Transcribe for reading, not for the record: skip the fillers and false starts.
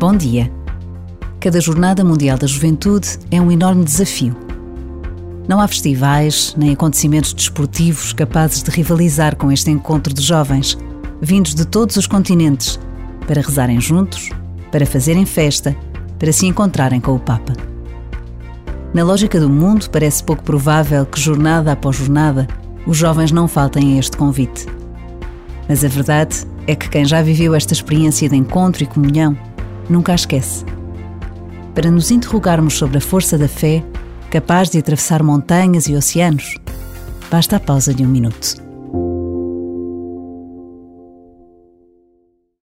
Bom dia! Cada Jornada Mundial da Juventude é um enorme desafio. Não há festivais nem acontecimentos desportivos capazes de rivalizar com este encontro de jovens, vindos de todos os continentes, para rezarem juntos, para fazerem festa, para se encontrarem com o Papa. Na lógica do mundo, parece pouco provável que, jornada após jornada, os jovens não faltem a este convite. Mas a verdade é que quem já viveu esta experiência de encontro e comunhão nunca a esquece. Para nos interrogarmos sobre a força da fé, capaz de atravessar montanhas e oceanos, basta a pausa de 1 minuto.